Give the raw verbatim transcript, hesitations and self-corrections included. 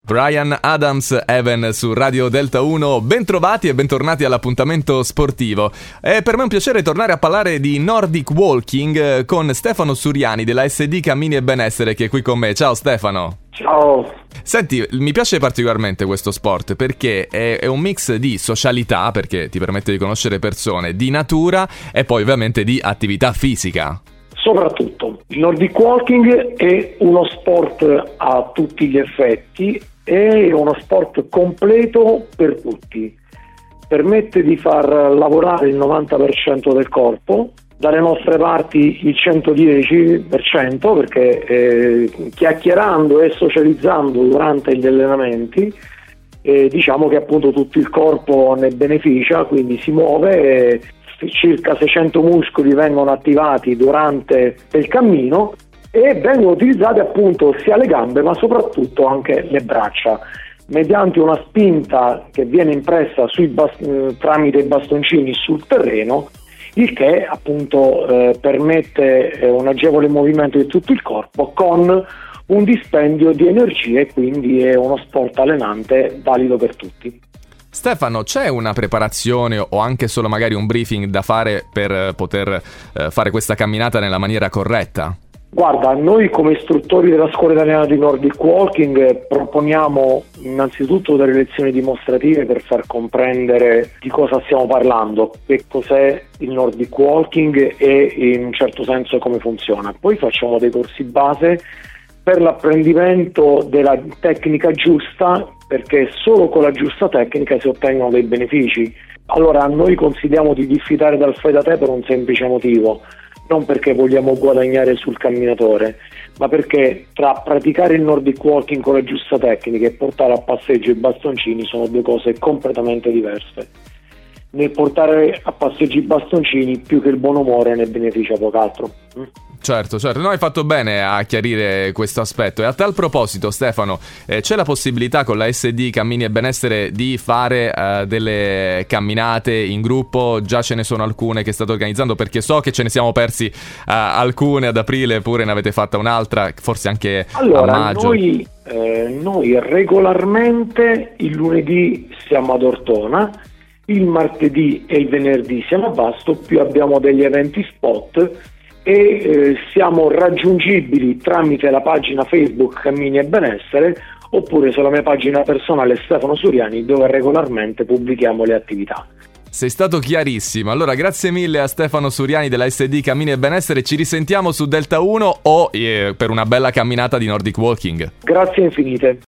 Bryan Adams, Even su Radio Delta uno, bentrovati e bentornati all'appuntamento sportivo. È per me un piacere tornare a parlare di Nordic Walking con Stefano Suriani della S D Cammini e Benessere che è qui con me. Ciao Stefano. Ciao. Senti, mi piace particolarmente questo sport perché è, è un mix di socialità, perché ti permette di conoscere persone, di natura e poi ovviamente di attività fisica. Soprattutto, il Nordic Walking è uno sport a tutti gli effetti, è uno sport completo per tutti. Permette di far lavorare il novanta per cento del corpo, dalle nostre parti il centodieci per cento, perché eh, chiacchierando e socializzando durante gli allenamenti eh, diciamo che appunto tutto il corpo ne beneficia, quindi si muove e circa seicento muscoli vengono attivati durante il cammino e vengono utilizzate appunto sia le gambe ma soprattutto anche le braccia mediante una spinta che viene impressa sui bast- tramite i bastoncini sul terreno, il che appunto eh, permette eh, un agevole movimento di tutto il corpo con un dispendio di energie, quindi è uno sport allenante valido per tutti. Stefano, c'è una preparazione o anche solo magari un briefing da fare per poter eh, fare questa camminata nella maniera corretta? Guarda, noi come istruttori della scuola italiana di Nordic Walking proponiamo innanzitutto delle lezioni dimostrative per far comprendere di cosa stiamo parlando, che cos'è il Nordic Walking e in un certo senso come funziona. Poi facciamo dei corsi base per l'apprendimento della tecnica giusta, perché solo con la giusta tecnica si ottengono dei benefici. Allora noi consigliamo di diffidare dal fai da te per un semplice motivo, non perché vogliamo guadagnare sul camminatore, ma perché tra praticare il Nordic Walking con la giusta tecnica e portare a passeggio i bastoncini sono due cose completamente diverse. Nel portare a passeggio i bastoncini più che il buon umore ne beneficia poco altro. Certo, certo, no, hai fatto bene a chiarire questo aspetto. E a tal proposito, Stefano, eh, c'è la possibilità con la S D Cammini e Benessere di fare eh, delle camminate in gruppo? Già ce ne sono alcune che state organizzando, perché so che ce ne siamo persi eh, alcune ad aprile, pure ne avete fatta un'altra, forse anche allora, a maggio. Noi, eh, noi regolarmente il lunedì siamo ad Ortona, il martedì e il venerdì siamo a Vasto, più abbiamo degli eventi spot e eh, siamo raggiungibili tramite la pagina Facebook Cammini e Benessere oppure sulla mia pagina personale Stefano Suriani, dove regolarmente pubblichiamo le attività. Sei stato chiarissimo. Allora grazie mille a Stefano Suriani della S D Cammini e Benessere. Ci risentiamo su Delta uno o eh, per una bella camminata di Nordic Walking. Grazie infinite.